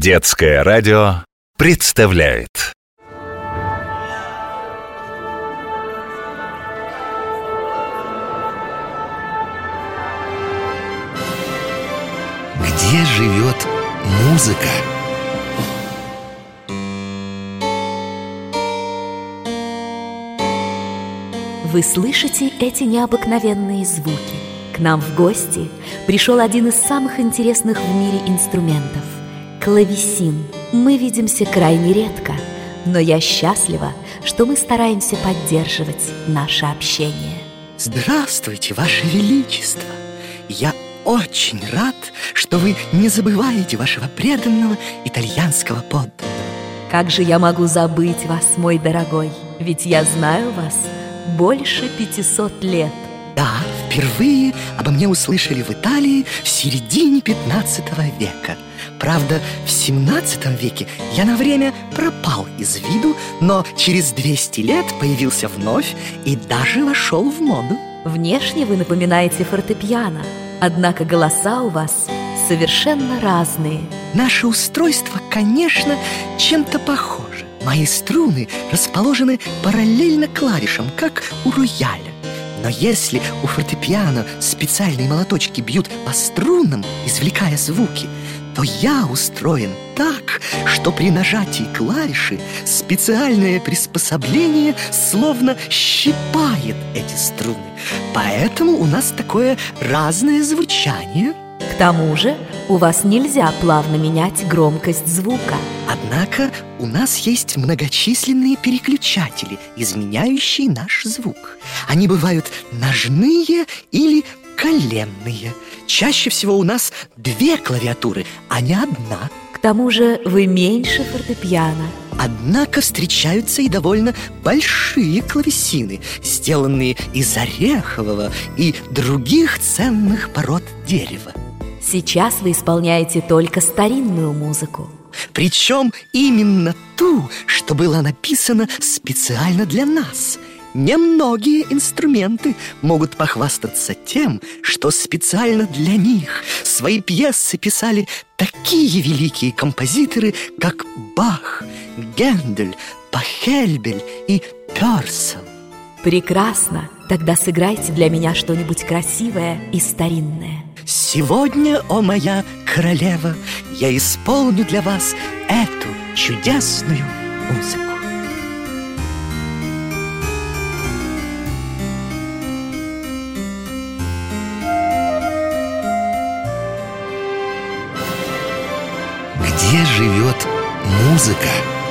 Детское радио представляет. Где живет музыка? Вы слышите эти необыкновенные звуки? К нам в гости пришел один из самых интересных в мире инструментов – клавесин. Мы видимся крайне редко, но я счастлива, что мы стараемся поддерживать наше общение. Здравствуйте, Ваше Величество! Я очень рад, что вы не забываете вашего преданного итальянского подданного. Как же я могу забыть вас, мой дорогой? Ведь я знаю вас больше 500 лет. Да, впервые обо мне услышали в Италии в середине 15 века. Правда, в 17 веке я на время пропал из виду, но через 200 лет появился вновь и даже вошел в моду. Внешне вы напоминаете фортепиано, однако голоса у вас совершенно разные. Наше устройство, конечно, чем-то похоже. Мои струны расположены параллельно клавишам, как у рояля. Но если у фортепиано специальные молоточки бьют по струнам, извлекая звуки, то я устроен так, что при нажатии клавиши специальное приспособление словно щипает эти струны. Поэтому у нас такое разное звучание. К тому же у вас нельзя плавно менять громкость звука. Однако у нас есть многочисленные переключатели, изменяющие наш звук. Они бывают ножные или коленные. Чаще всего у нас 2 клавиатуры, а не 1. К тому же вы меньше фортепиано. Однако встречаются и довольно большие клавесины, сделанные из орехового и других ценных пород дерева. Сейчас вы исполняете только старинную музыку. Причем именно ту, что была написана специально для нас. Немногие инструменты могут похвастаться тем, что специально для них свои пьесы писали такие великие композиторы, как Бах, Гендель, Пахельбель и Пёрсел. Прекрасно! Тогда сыграйте для меня что-нибудь красивое и старинное. Сегодня, о моя королева, я исполню для вас эту чудесную музыку. Где живет музыка?